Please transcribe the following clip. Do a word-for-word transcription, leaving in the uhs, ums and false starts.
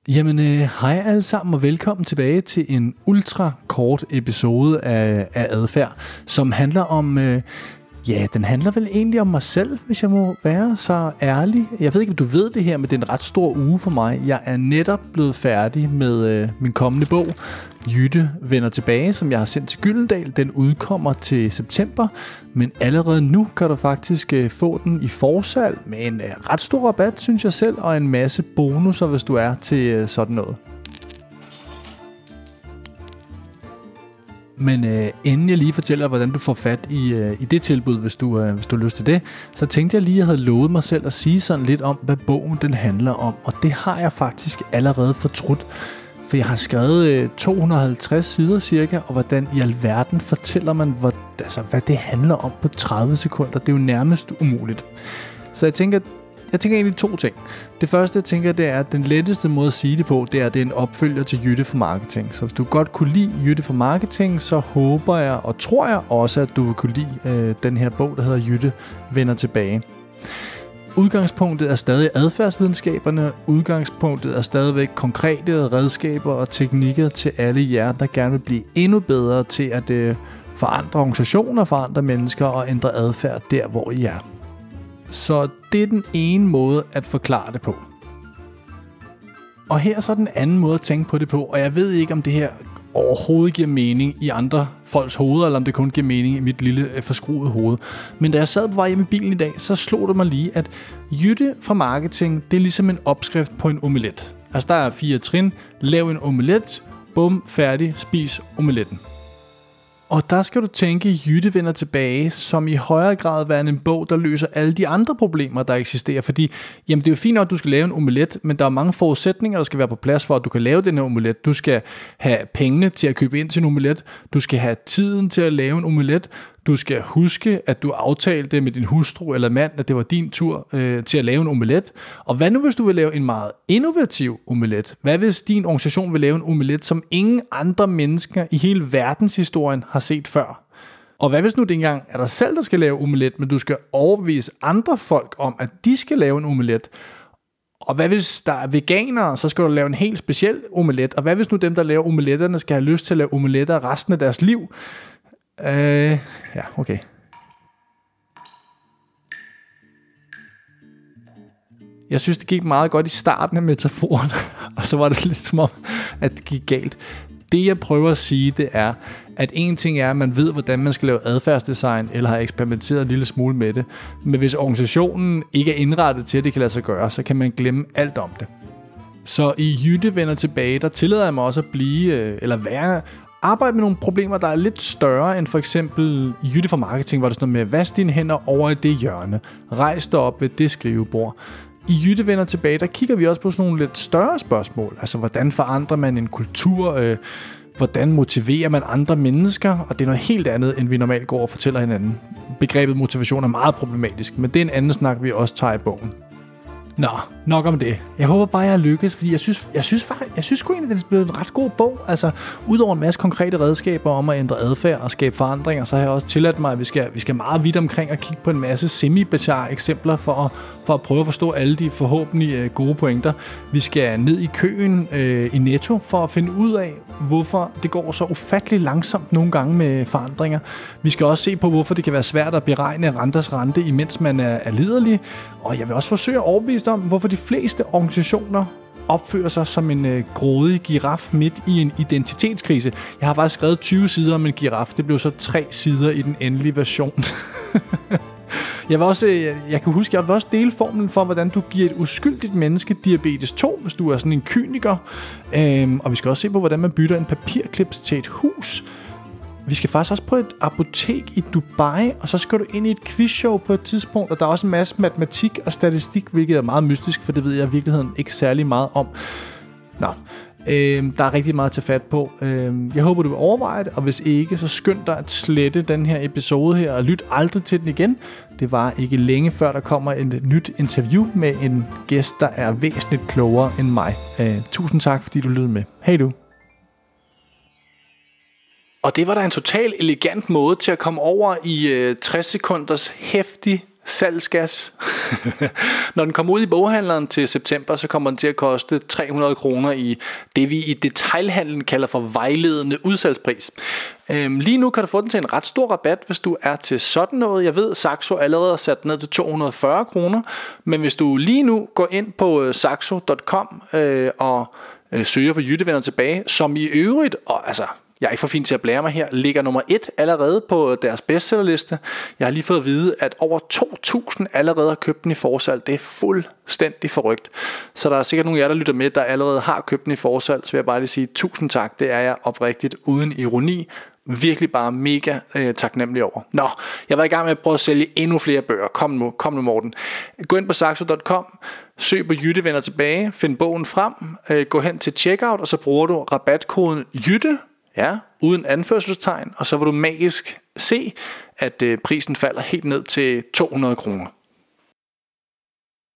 Jamen, øh, hej alle sammen og velkommen tilbage til en ultra kort episode af, af adfærd, som handler om, øh, ja, den handler vel egentlig om mig selv, hvis jeg må være så ærlig. Jeg ved ikke, om du ved det her, men det er en ret stor uge for mig. Jeg er netop blevet færdig med øh, min kommende bog, Jytte vender tilbage, som jeg har sendt til Gyldendal. Den udkommer til september, men allerede nu kan du faktisk øh, få den i forsalg med en øh, ret stor rabat, synes jeg selv, og en masse bonusser, hvis du er til øh, sådan noget. Men øh, inden jeg lige fortæller, hvordan du får fat i, øh, i det tilbud, hvis du, øh, hvis du har lyst til det, så tænkte jeg lige, at jeg havde lovet mig selv at sige sådan lidt om, hvad bogen den handler om. Og det har jeg faktisk allerede fortrudt. For jeg har skrevet øh, to hundrede og halvtreds sider cirka, og hvordan i alverden fortæller man, hvad, altså, hvad det handler om på tredive sekunder. Det er jo nærmest umuligt. Så jeg tænker, jeg tænker egentlig to ting. Det første, jeg tænker, det er, at den letteste måde at sige det på, det er, at det er en opfølger til Jytte for Marketing. Så hvis du godt kunne lide Jytte for Marketing, så håber jeg og tror jeg også, at du vil kunne lide øh, den her bog, der hedder Jytte vender tilbage. Udgangspunktet er stadig adfærdsvidenskaberne. Udgangspunktet er stadigvæk konkrete redskaber og teknikker til alle jer, der gerne vil blive endnu bedre til at øh, forandre organisationer, forandre mennesker og ændre adfærd der, hvor I er. Så det er den ene måde at forklare det på. Og her er så den anden måde at tænke på det på, og jeg ved ikke, om det her overhovedet giver mening i andre folks hoveder, eller om det kun giver mening i mit lille forskruede hoved. Men da jeg sad på vej hjem i bilen i dag, så slog det mig lige, at Jytte fra Marketing, det er ligesom en opskrift på en omelet. Altså der er fire trin, lav en omelet, bum, færdig, spis omeletten. Og der skal du tænke Jytte vender tilbage, som i højere grad værende en bog, der løser alle de andre problemer, der eksisterer. Fordi, jamen det er jo fint nok, at du skal lave en omelet, men der er mange forudsætninger, der skal være på plads for, at du kan lave den her omelet. Du skal have pengene til at købe ind til en omelet. Du skal have tiden til at lave en omelet. Du skal huske, at du aftalte med din hustru eller mand, at det var din tur øh, til at lave en omelet. Og hvad nu, hvis du vil lave en meget innovativ omelet? Hvad hvis din organisation vil lave en omelet, som ingen andre mennesker i hele verdenshistorien har set før? Og hvad hvis nu det engang er dig selv, der skal lave omelet, men du skal overbevise andre folk om, at de skal lave en omelet? Og hvad hvis der er veganere, så skal du lave en helt speciel omelet? Og hvad hvis nu dem, der laver omeletterne, skal have lyst til at lave omeletter resten af deres liv? Øh, ja, okay. Jeg synes, det gik meget godt i starten af metaforen, og så var det lidt som om, at det gik galt. Det, jeg prøver at sige, det er, at en ting er, at man ved, hvordan man skal lave adfærdsdesign, eller har eksperimenteret en lille smule med det. Men hvis organisationen ikke er indrettet til, at det kan lade sig gøre, så kan man glemme alt om det. Så i Jytte vender tilbage, der tillader jeg mig også at blive, eller være... arbejde med nogle problemer, der er lidt større end for eksempel Jytte for Marketing, hvor det sådan noget med, vask dine hænder over i det hjørne, rejs dig op ved det skrivebord. I Jytte vender tilbage, der kigger vi også på sådan nogle lidt større spørgsmål, altså hvordan forandrer man en kultur, øh, hvordan motiverer man andre mennesker, og det er noget helt andet, end vi normalt går og fortæller hinanden. Begrebet motivation er meget problematisk, men det er en anden snak, vi også tager i bogen. Nå, nok om det. Jeg håber bare, jeg har lykkes, fordi jeg synes, jeg synes, faktisk, jeg synes sgu egentlig, det er blevet en ret god bog. Altså, udover en masse konkrete redskaber om at ændre adfærd og skabe forandringer, så har jeg også tilladt mig, at vi skal, vi skal meget vidt omkring og kigge på en masse semi-bizarre eksempler for at, for at prøve at forstå alle de forhåbentlig gode pointer. Vi skal ned i køen øh, i Netto for at finde ud af, hvorfor det går så ufattelig langsomt nogle gange med forandringer. Vi skal også se på, hvorfor det kan være svært at beregne renters rente, imens man er, er liderlig. Og jeg vil også forsøge at overbevise om, hvorfor de fleste organisationer opfører sig som en øh, grådig giraf midt i en identitetskrise. Jeg har faktisk skrevet tyve sider om en giraf. Det blev så tre sider i den endelige version. Jeg vil også, jeg, jeg kan huske, jeg vil også dele formlen for, hvordan du giver et uskyldigt menneske diabetes to, hvis du er sådan en kyniker. Øhm, og vi skal også se på, hvordan man bytter en papirklips til et hus. Vi skal faktisk også på et apotek i Dubai, og så skal du ind i et quizshow på et tidspunkt, og der er også en masse matematik og statistik, hvilket er meget mystisk, for det ved jeg i virkeligheden ikke særlig meget om. Nå, øh, der er rigtig meget at tage fat på. Øh, jeg håber, du vil overveje det, og hvis ikke, så skynd dig at slette den her episode her, og lyt aldrig til den igen. Det var ikke længe før, der kommer et nyt interview med en gæst, der er væsentligt klogere end mig. Øh, tusind tak, fordi du lyttede med. Hej du. Og det var da en total elegant måde til at komme over i øh, tres sekunders hæftig salgsgas. Når den kommer ud i boghandleren til september, så kommer den til at koste tre hundrede kroner i det, vi i detailhandlen kalder for vejledende udsalgspris. Øhm, lige nu kan du få den til en ret stor rabat, hvis du er til sådan noget. Jeg ved, Saxo allerede har sat ned til to hundrede og fyrre kroner, men hvis du lige nu går ind på saxo punktum com øh, og øh, søger for Jytte Vender Tilbage, som i øvrigt, og altså, jeg er ikke for fin til at blære mig her, ligger nummer et allerede på deres bestsellerliste. Jeg har lige fået at vide, at over to tusind allerede har købt den i forsalg. Det er fuldstændig forrygt. Så der er sikkert nogle af jer, der lytter med, der allerede har købt den i forsalg. Så vil jeg bare lige sige tusind tak. Det er jeg oprigtigt uden ironi. Virkelig bare mega øh, taknemmelig over. Nå, jeg var i gang med at prøve at sælge endnu flere bøger. Kom nu, kom nu Morten. Gå ind på saxo punktum com, søg på Jytte Vender Tilbage, find bogen frem, øh, gå hen til checkout, og så bruger du rabatkoden Jytte, ja, uden anførselstegn, og så vil du magisk se, at øh, prisen falder helt ned til to hundrede kroner.